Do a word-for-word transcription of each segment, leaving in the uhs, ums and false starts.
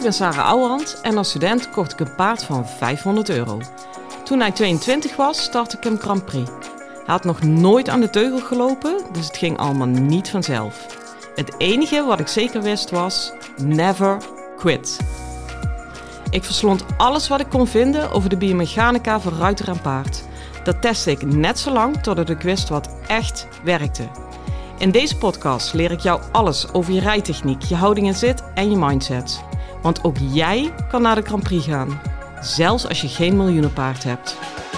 ben Sarah Ouwehand en als student kocht ik een paard van vijfhonderd euro. Toen hij tweeëntwintig was, startte ik hem Grand Prix. Hij had nog nooit aan de teugel gelopen, dus het ging allemaal niet vanzelf. Het enige wat ik zeker wist was, never quit. Ik verslond alles wat ik kon vinden over de biomechanica van ruiter en paard. Dat testte ik net zo lang totdat ik wist wat echt werkte. In deze podcast leer ik jou alles over je rijtechniek, je houding en zit en je mindset. Want ook jij kan naar de Grand Prix gaan, zelfs als je geen miljoenenpaard hebt.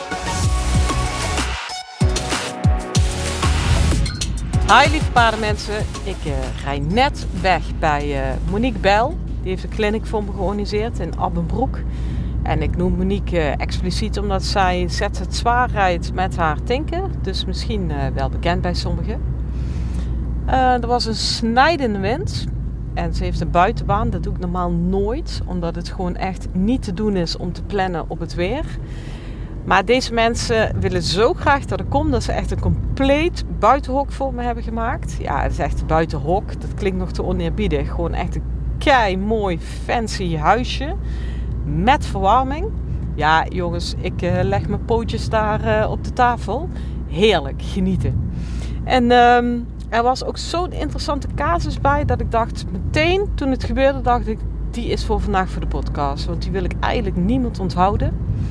Hi lieve paardenmensen, ik uh, rij net weg bij uh, Monique Bijl. Die heeft een clinic voor me georganiseerd in Abbenbroek. En ik noem Monique uh, expliciet omdat zij Z Z zwaar rijdt met haar Tinker. Dus misschien uh, wel bekend bij sommigen. Uh, er was een snijdende wind. En ze heeft een buitenbaan. Dat doe ik normaal nooit. Omdat het gewoon echt niet te doen is om te plannen op het weer. Maar deze mensen willen zo graag dat ik kom. Dat ze echt een compleet buitenhok voor me hebben gemaakt. Ja, het is echt een buitenhok. Dat klinkt nog te oneerbiedig. Gewoon echt een kei mooi fancy huisje. Met verwarming. Ja jongens, ik uh, leg mijn pootjes daar uh, op de tafel. Heerlijk, genieten. En um, er was ook zo'n interessante casus bij dat ik dacht, meteen toen het gebeurde, dacht ik, die is voor vandaag voor de podcast. Want die wil ik eigenlijk niemand onthouden.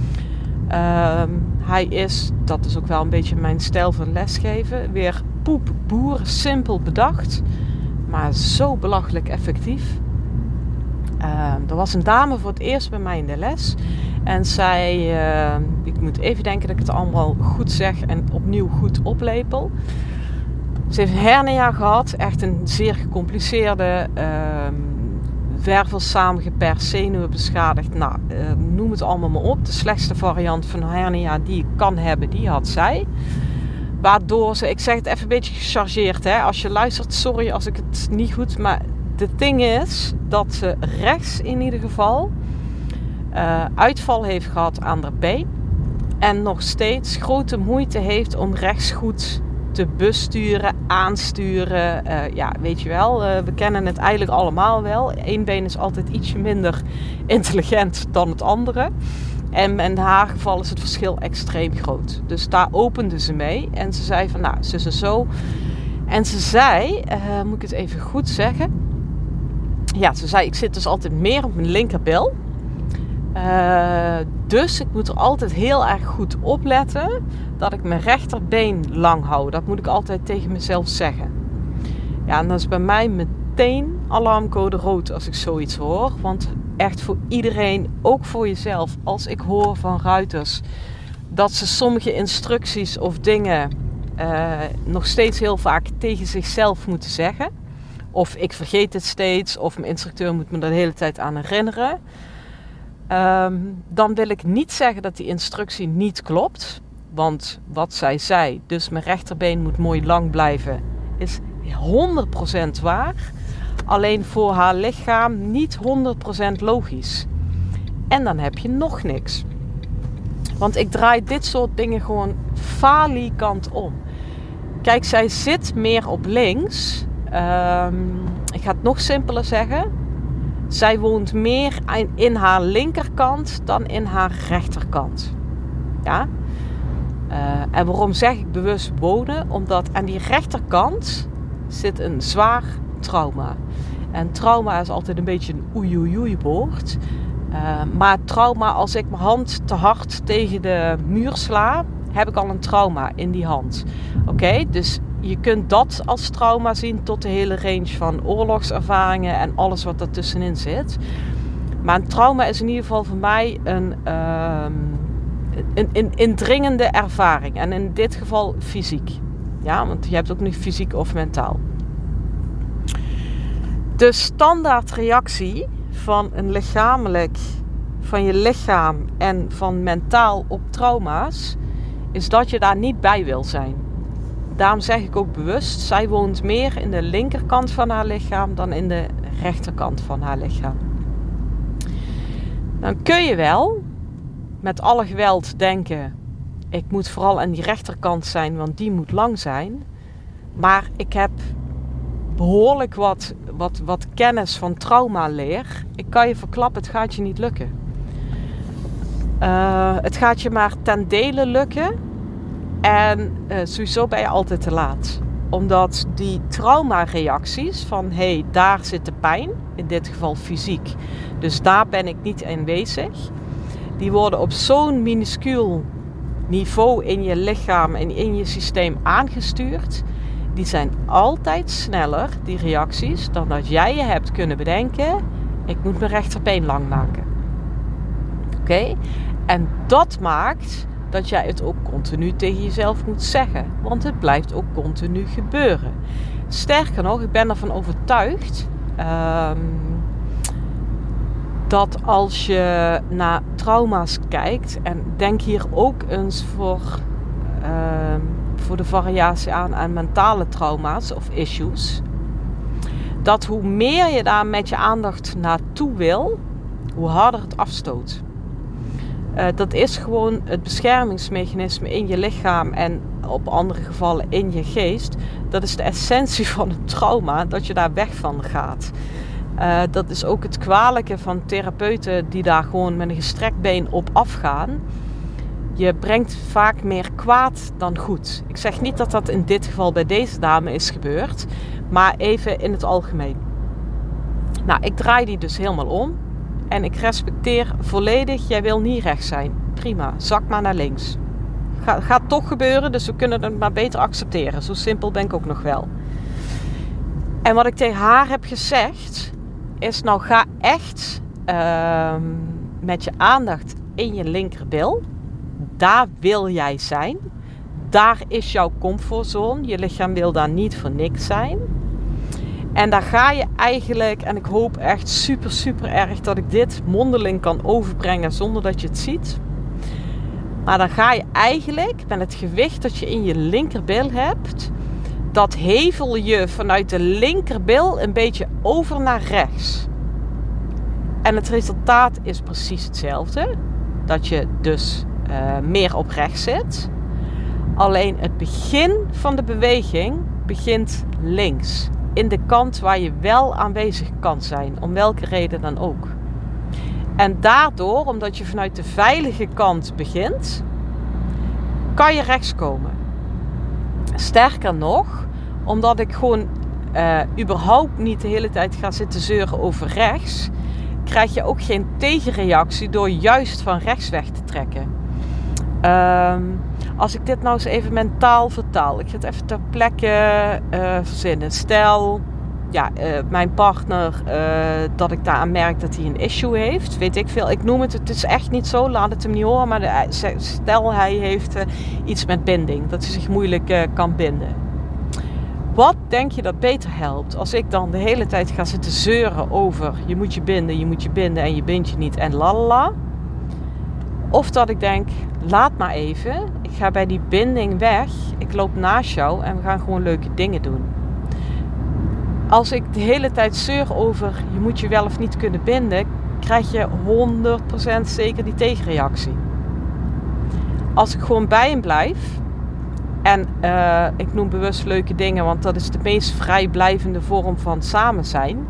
Um, hij is, dat is ook wel een beetje mijn stijl van lesgeven, weer poep, boer, simpel bedacht. Maar zo belachelijk effectief. Uh, er was een dame voor het eerst bij mij in de les. En zij, uh, ik moet even denken dat ik het allemaal goed zeg en opnieuw goed oplepel. Ze heeft een hernia gehad, echt een zeer gecompliceerde, uh, wervels samengeperst, zenuwen beschadigd. Nou, uh, noem het allemaal maar op. De slechtste variant van een hernia die ik kan hebben, die had zij. Waardoor ze, ik zeg het even een beetje gechargeerd, hè. Als je luistert, sorry als ik het niet goed, maar de ding is dat ze rechts in ieder geval uh, uitval heeft gehad aan haar been. En nog steeds grote moeite heeft om rechts goed te besturen, aansturen. Uh, ja, weet je wel, uh, we kennen het eigenlijk allemaal wel. Eén been is altijd ietsje minder intelligent dan het andere. En in haar geval is het verschil extreem groot. Dus daar opende ze mee. En ze zei van, nou, ze is zo. En ze zei, uh, moet ik het even goed zeggen. Ja, ze zei, ik zit dus altijd meer op mijn linkerbil. Uh, dus ik moet er altijd heel erg goed op letten dat ik mijn rechterbeen lang hou. Dat moet ik altijd tegen mezelf zeggen. Ja, en dat is bij mij meteen alarmcode rood als ik zoiets hoor. Want echt voor iedereen, ook voor jezelf, als ik hoor van ruiters dat ze sommige instructies of dingen uh, nog steeds heel vaak tegen zichzelf moeten zeggen. Of ik vergeet het steeds, of mijn instructeur moet me er de hele tijd aan herinneren. Um, dan wil ik niet zeggen dat die instructie niet klopt. Want wat zij zei, dus mijn rechterbeen moet mooi lang blijven, is honderd procent waar. Alleen voor haar lichaam niet honderd procent logisch. En dan heb je nog niks. Want ik draai dit soort dingen gewoon falikant om. Kijk, zij zit meer op links. Um, ik ga het nog simpeler zeggen. Zij woont meer in haar linkerkant dan in haar rechterkant. Ja? Uh, en waarom zeg ik bewust wonen? Omdat aan die rechterkant zit een zwaar trauma. En trauma is altijd een beetje een oei oei oei woord. Uh, maar trauma, als ik mijn hand te hard tegen de muur sla, heb ik al een trauma in die hand. Oké, okay? Dus je kunt dat als trauma zien tot de hele range van oorlogservaringen en alles wat daartussenin zit. Maar een trauma is in ieder geval voor mij een, um, een, een indringende ervaring. En in dit geval fysiek. Ja, want je hebt ook niet fysiek of mentaal. De standaardreactie van een lichamelijk, van je lichaam en van mentaal op trauma's, is dat je daar niet bij wil zijn. Daarom zeg ik ook bewust, zij woont meer in de linkerkant van haar lichaam dan in de rechterkant van haar lichaam. Dan kun je wel met alle geweld denken, ik moet vooral aan die rechterkant zijn, want die moet lang zijn. Maar ik heb behoorlijk wat, wat, wat kennis van trauma leer, ik kan je verklappen, het gaat je niet lukken. Uh, het gaat je maar ten dele lukken en uh, sowieso ben je altijd te laat. Omdat die traumareacties van hé, hey, daar zit de pijn, in dit geval fysiek, dus daar ben ik niet aanwezig, die worden op zo'n minuscuul niveau in je lichaam en in je systeem aangestuurd. Die zijn altijd sneller, die reacties, dan dat jij je hebt kunnen bedenken, ik moet mijn rechterbeen lang maken. Oké? Okay? En dat maakt dat jij het ook continu tegen jezelf moet zeggen. Want het blijft ook continu gebeuren. Sterker nog, ik ben ervan overtuigd um, dat als je naar trauma's kijkt, en denk hier ook eens voor, um, voor de variatie aan aan mentale trauma's of issues, dat hoe meer je daar met je aandacht naartoe wil, hoe harder het afstoot. Uh, dat is gewoon het beschermingsmechanisme in je lichaam en op andere gevallen in je geest. Dat is de essentie van het trauma, dat je daar weg van gaat. Uh, dat is ook het kwalijke van therapeuten die daar gewoon met een gestrekt been op afgaan. Je brengt vaak meer kwaad dan goed. Ik zeg niet dat dat in dit geval bij deze dame is gebeurd, maar even in het algemeen. Nou, ik draai die dus helemaal om. En ik respecteer volledig, jij wil niet rechts zijn. Prima, zak maar naar links. Ga, gaat toch gebeuren, dus we kunnen het maar beter accepteren. Zo simpel ben ik ook nog wel. En wat ik tegen haar heb gezegd, is nou ga echt uh, met je aandacht in je linkerbil. Daar wil jij zijn. Daar is jouw comfortzone. Je lichaam wil daar niet voor niks zijn. En daar ga je eigenlijk, en ik hoop echt super, super erg dat ik dit mondeling kan overbrengen zonder dat je het ziet. Maar dan ga je eigenlijk met het gewicht dat je in je linkerbil hebt, dat hevel je vanuit de linkerbil een beetje over naar rechts. En het resultaat is precies hetzelfde. Dat je dus uh, meer op rechts zit. Alleen het begin van de beweging begint links. In de kant waar je wel aanwezig kan zijn, om welke reden dan ook. En daardoor, omdat je vanuit de veilige kant begint, kan je rechts komen. Sterker nog, omdat ik gewoon uh, überhaupt niet de hele tijd ga zitten zeuren over rechts, krijg je ook geen tegenreactie door juist van rechts weg te trekken. Um, als ik dit nou eens even mentaal vertaal. Ik ga het even ter plekke uh, verzinnen. Stel, ja, uh, mijn partner, uh, dat ik daaraan merk dat hij een issue heeft. Weet ik veel. Ik noem het, het is echt niet zo. Laat het hem niet horen. Maar de, stel, hij heeft uh, iets met binding. Dat hij zich moeilijk uh, kan binden. Wat denk je dat beter helpt? Als ik dan de hele tijd ga zitten zeuren over je moet je binden, je moet je binden en je bindt je niet en lalala. Of dat ik denk, laat maar even. Ik ga bij die binding weg. Ik loop naast jou en we gaan gewoon leuke dingen doen. Als ik de hele tijd zeur over je moet je wel of niet kunnen binden, krijg je honderd procent zeker die tegenreactie. Als ik gewoon bij hem blijf en uh, ik noem bewust leuke dingen, want dat is de meest vrijblijvende vorm van samen zijn,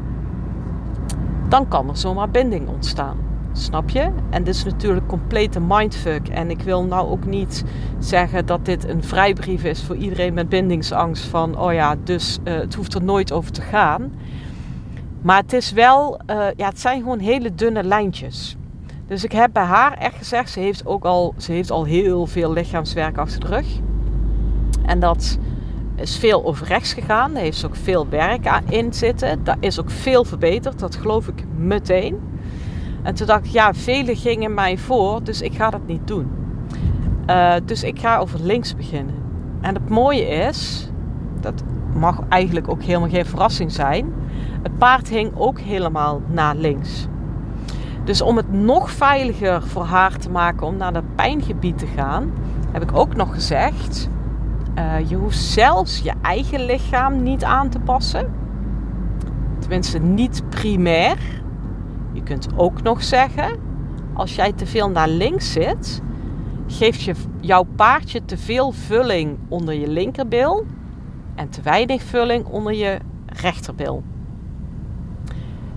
dan kan er zomaar binding ontstaan. Snap je? En dit is natuurlijk complete mindfuck. En ik wil nou ook niet zeggen dat dit een vrijbrief is voor iedereen met bindingsangst. Van, oh ja, dus uh, het hoeft er nooit over te gaan. Maar het is wel, uh, ja, het zijn gewoon hele dunne lijntjes. Dus ik heb bij haar echt gezegd, ze heeft ook al, ze heeft al heel veel lichaamswerk achter de rug. En dat is veel over rechts gegaan. Daar heeft ze ook veel werk aan in zitten. Dat is ook veel verbeterd. Dat geloof ik meteen. En toen dacht ik, ja, velen gingen mij voor, dus ik ga dat niet doen. Uh, dus ik ga over links beginnen. En het mooie is, dat mag eigenlijk ook helemaal geen verrassing zijn, het paard hing ook helemaal naar links. Dus om het nog veiliger voor haar te maken om naar dat pijngebied te gaan, heb ik ook nog gezegd, uh, je hoeft zelfs je eigen lichaam niet aan te passen. Tenminste niet primair. Je kunt ook nog zeggen, als jij te veel naar links zit, geeft je, jouw paardje te veel vulling onder je linkerbil en te weinig vulling onder je rechterbil.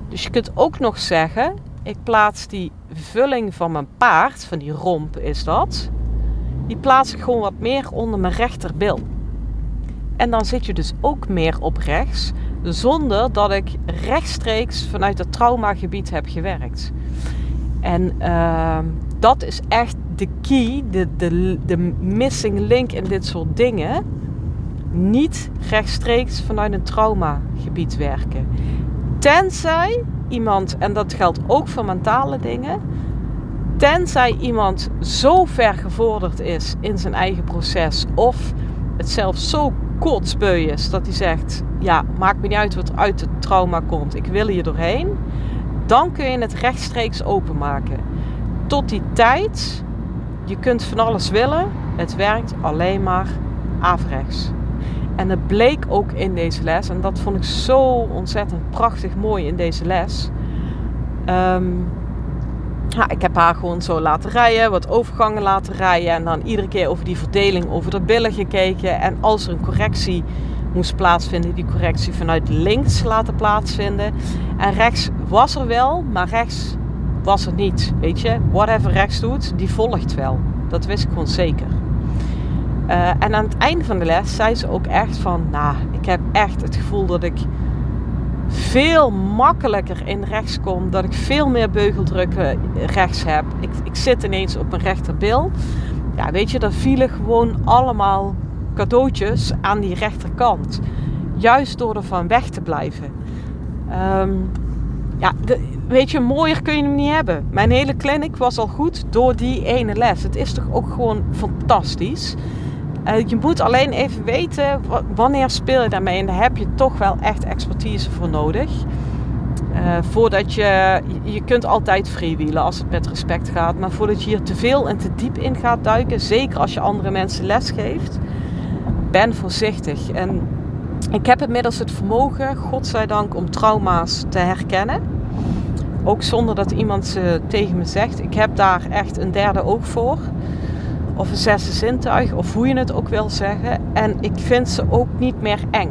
Dus je kunt ook nog zeggen, ik plaats die vulling van mijn paard, van die romp is dat, die plaats ik gewoon wat meer onder mijn rechterbil. En dan zit je dus ook meer op rechts, zonder dat ik rechtstreeks vanuit het traumagebied heb gewerkt. En uh, dat is echt de key, de, de, de missing link in dit soort dingen. Niet rechtstreeks vanuit een traumagebied werken. Tenzij iemand, en dat geldt ook voor mentale dingen, tenzij iemand zo ver gevorderd is in zijn eigen proces of het zelfs zo kotsbeu is dat hij zegt, ja, maakt me niet uit wat uit het trauma komt, ik wil hier doorheen, dan kun je het rechtstreeks openmaken. Tot die tijd, je kunt van alles willen, het werkt alleen maar averechts. En het bleek ook in deze les, en dat vond ik zo ontzettend prachtig mooi in deze les. Um, ja, ik heb haar gewoon zo laten rijden, wat overgangen laten rijden en dan iedere keer over die verdeling over de billen gekeken. En als er een correctie moest plaatsvinden, die correctie vanuit links laten plaatsvinden. En rechts was er wel, maar rechts was er niet. Weet je, whatever rechts doet, die volgt wel. Dat wist ik gewoon zeker. Uh, en aan het einde van de les zei ze ook echt van, nou, ik heb echt het gevoel dat ik veel makkelijker in rechts kom, dat ik veel meer beugeldrukken rechts heb. Ik, ik zit ineens op mijn rechterbil. Ja, weet je, er vielen gewoon allemaal cadeautjes aan die rechterkant. Juist door ervan weg te blijven. Um, ja, de, weet je, mooier kun je hem niet hebben. Mijn hele clinic was al goed door die ene les. Het is toch ook gewoon fantastisch. Uh, je moet alleen even weten w- wanneer speel je daarmee. En daar heb je toch wel echt expertise voor nodig. Uh, voordat je, je kunt altijd freewheelen als het met respect gaat. Maar voordat je hier te veel en te diep in gaat duiken. Zeker als je andere mensen les geeft. Ben voorzichtig. En ik heb inmiddels het vermogen, godzijdank, om trauma's te herkennen. Ook zonder dat iemand ze tegen me zegt. Ik heb daar echt een derde oog voor. Of een zesde zintuig, of hoe je het ook wil zeggen. En ik vind ze ook niet meer eng.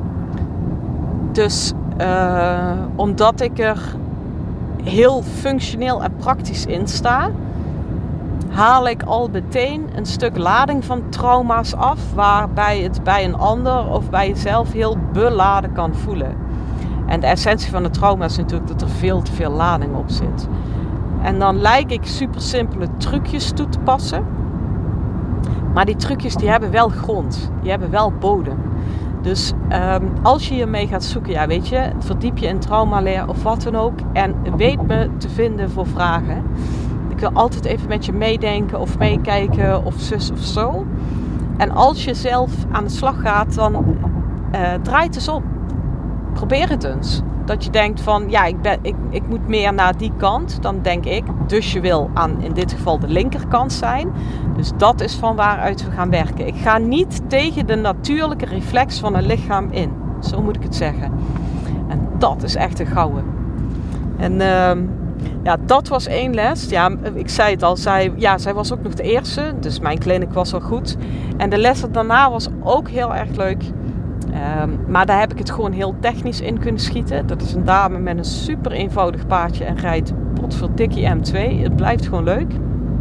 Dus uh, omdat ik er heel functioneel en praktisch in sta, haal ik al meteen een stuk lading van trauma's af, waarbij het bij een ander of bij jezelf heel beladen kan voelen. En de essentie van het trauma is natuurlijk dat er veel te veel lading op zit. En dan lijk ik super simpele trucjes toe te passen. Maar die trucjes die hebben wel grond. Die hebben wel bodem. Dus um, als je hiermee gaat zoeken, ja weet je, verdiep je in traumaleer of wat dan ook. En weet me te vinden voor vragen. Ik wil altijd even met je meedenken of meekijken of zus of zo. En als je zelf aan de slag gaat, dan uh, draai het eens om. Probeer het eens. Dat je denkt van, ja, ik, ben, ik, ik moet meer naar die kant. Dan denk ik, dus je wil aan in dit geval de linkerkant zijn. Dus dat is van waaruit we gaan werken. Ik ga niet tegen de natuurlijke reflex van een lichaam in. Zo moet ik het zeggen. En dat is echt een gouden. En uh, ja, dat was één les. Ja, ik zei het al, zij, ja, zij was ook nog de eerste. Dus mijn clinic was al goed. En de les daarna was ook heel erg leuk. Um, maar daar heb ik het gewoon heel technisch in kunnen schieten. Dat is een dame met een super eenvoudig paardje en rijdt potverdikkie M twee. Het blijft gewoon leuk.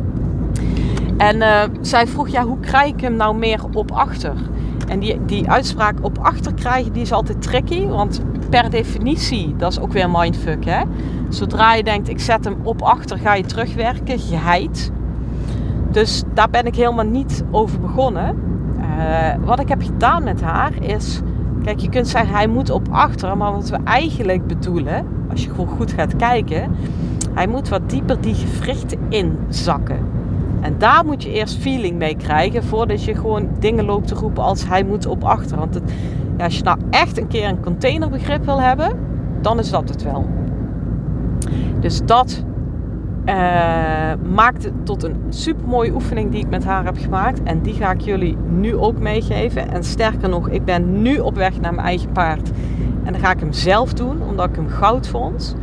En uh, zij vroeg, ja, hoe krijg ik hem nou meer op achter? En die, die uitspraak op achter krijgen, die is altijd tricky. Want per definitie, dat is ook weer mindfuck, hè. Zodra je denkt, ik zet hem op achter, ga je terugwerken, geheid. Dus daar ben ik helemaal niet over begonnen. Uh, wat ik heb gedaan met haar is, kijk, je kunt zeggen hij moet op achter, maar wat we eigenlijk bedoelen, als je gewoon goed gaat kijken, hij moet wat dieper die gewrichten inzakken. En daar moet je eerst feeling mee krijgen voordat je gewoon dingen loopt te roepen als hij moet op achter. Want het, ja, als je nou echt een keer een containerbegrip wil hebben, dan is dat het wel. Dus dat Uh, maakt het tot een supermooie oefening die ik met haar heb gemaakt. En die ga ik jullie nu ook meegeven. En sterker nog, ik ben nu op weg naar mijn eigen paard. En dan ga ik hem zelf doen, omdat ik hem goud vond.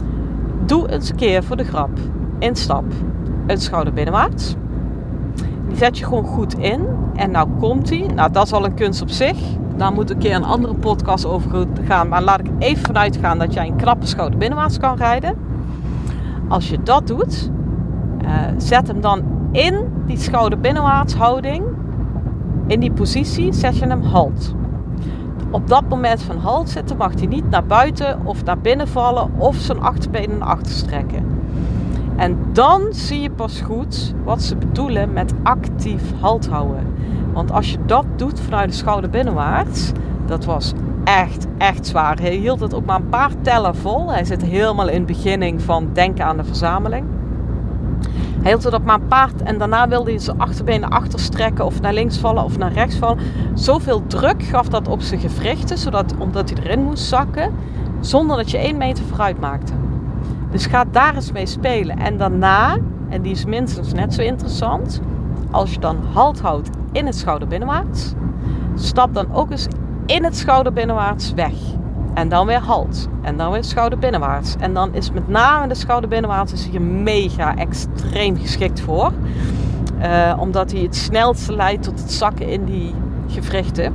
Doe eens een keer voor de grap. Instap. Een schouder binnenwaarts. Die die zet je gewoon goed in. En nou komt die. Nou, dat is al een kunst op zich. Daar moet een keer een andere podcast over gaan. Maar laat ik even vanuit gaan dat jij een knappe schouder binnenwaarts kan rijden. Als je dat doet, uh, zet hem dan in die schouder binnenwaarts houding. In die positie zet je hem halt. Op dat moment van halt zitten mag hij niet naar buiten of naar binnen vallen of zijn achterbenen naar achter strekken. En dan zie je pas goed wat ze bedoelen met actief halt houden. Want als je dat doet vanuit de schouder binnenwaarts, dat was echt, echt zwaar. Hij hield het ook maar een paar tellen vol. Hij zit helemaal in de beginning van denken aan de verzameling. Hij hield het op maar een paar en daarna wilde hij zijn achterbenen achter strekken of naar links vallen of naar rechts vallen. Zoveel druk gaf dat op zijn gewrichten, zodat, omdat hij erin moest zakken, zonder dat je één meter vooruit maakte. Dus ga daar eens mee spelen. En daarna, en die is minstens net zo interessant, als je dan halt houdt in het schouderbinnenwaarts, stap dan ook eens in het schouderbinnenwaarts weg. En dan weer halt. En dan weer schouderbinnenwaarts. En dan is met name de schouderbinnenwaarts is hier mega extreem geschikt voor. Uh, omdat hij het snelste leidt tot het zakken in die gewrichten.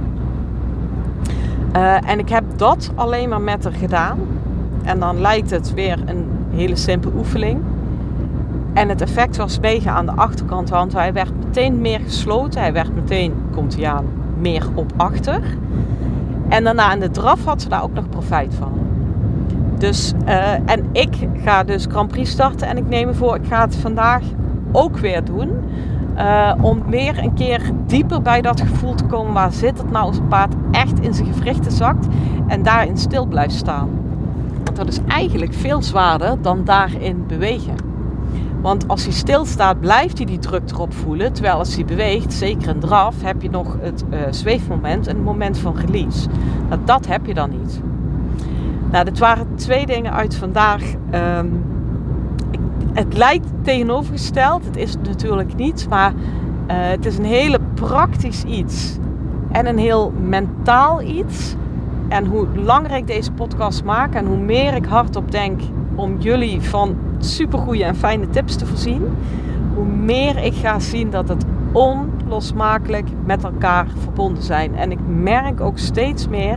Uh, en ik heb dat alleen maar met haar gedaan. En dan lijkt het weer een hele simpele oefening. En het effect was mega aan de achterkant. Want hij werd meteen meer gesloten. Hij werd meteen, komt hij aan, meer op achter. En daarna in de draf had ze daar ook nog profijt van. Dus, uh, en ik ga dus Grand Prix starten. En ik neem me voor, ik ga het vandaag ook weer doen. Uh, om weer een keer dieper bij dat gevoel te komen. Waar zit het nou als een paard echt in zijn gewrichten zakt. En daarin stil blijft staan. Want dat is eigenlijk veel zwaarder dan daarin bewegen. Want als hij stilstaat, blijft hij die druk erop voelen. Terwijl als hij beweegt, zeker in draf, heb je nog het uh, zweefmoment en het moment van release. Nou, dat heb je dan niet. Nou, dit waren twee dingen uit vandaag. Um, ik, het lijkt tegenovergesteld. Het is het natuurlijk niet. Maar uh, het is een hele praktisch iets. En een heel mentaal iets. En hoe langer ik deze podcast maak en hoe meer ik hardop denk om jullie van supergoeie en fijne tips te voorzien, hoe meer ik ga zien dat het onlosmakelijk met elkaar verbonden zijn. En ik merk ook steeds meer,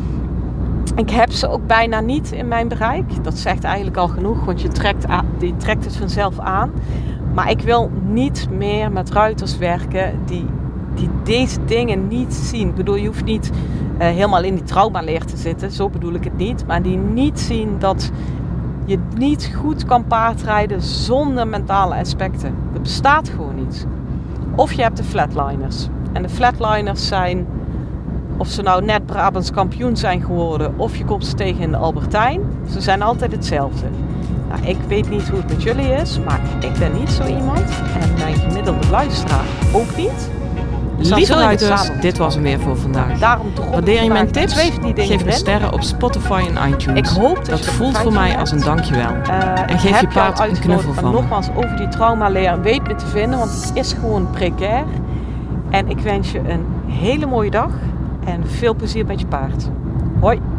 ik heb ze ook bijna niet in mijn bereik. Dat zegt eigenlijk al genoeg, want je trekt, aan, je trekt het vanzelf aan. Maar ik wil niet meer met ruiters werken die, die deze dingen niet zien. Ik bedoel, je hoeft niet uh, helemaal in die traumaleer te zitten, zo bedoel ik het niet. Maar die niet zien dat je niet goed kan paardrijden zonder mentale aspecten. Dat bestaat gewoon niet. Of je hebt de flatliners. En de flatliners zijn, of ze nou net Brabants kampioen zijn geworden, of je komt ze tegen in de Albertijn. Ze zijn altijd hetzelfde. Nou, ik weet niet hoe het met jullie is, maar ik ben niet zo iemand. En mijn gemiddelde luisteraar ook niet. Lieve ruiters, dit was hem weer voor vandaag. Waardeer je mijn tips? Geef me sterren op Spotify en iTunes. Ik hoop dat, dat voelt voor mij als een dankjewel. Uh, en geef je paard een knuffel van me. Nogmaals, over die traumaleer weet me te vinden, want het is gewoon precair. En ik wens je een hele mooie dag en veel plezier met je paard. Hoi!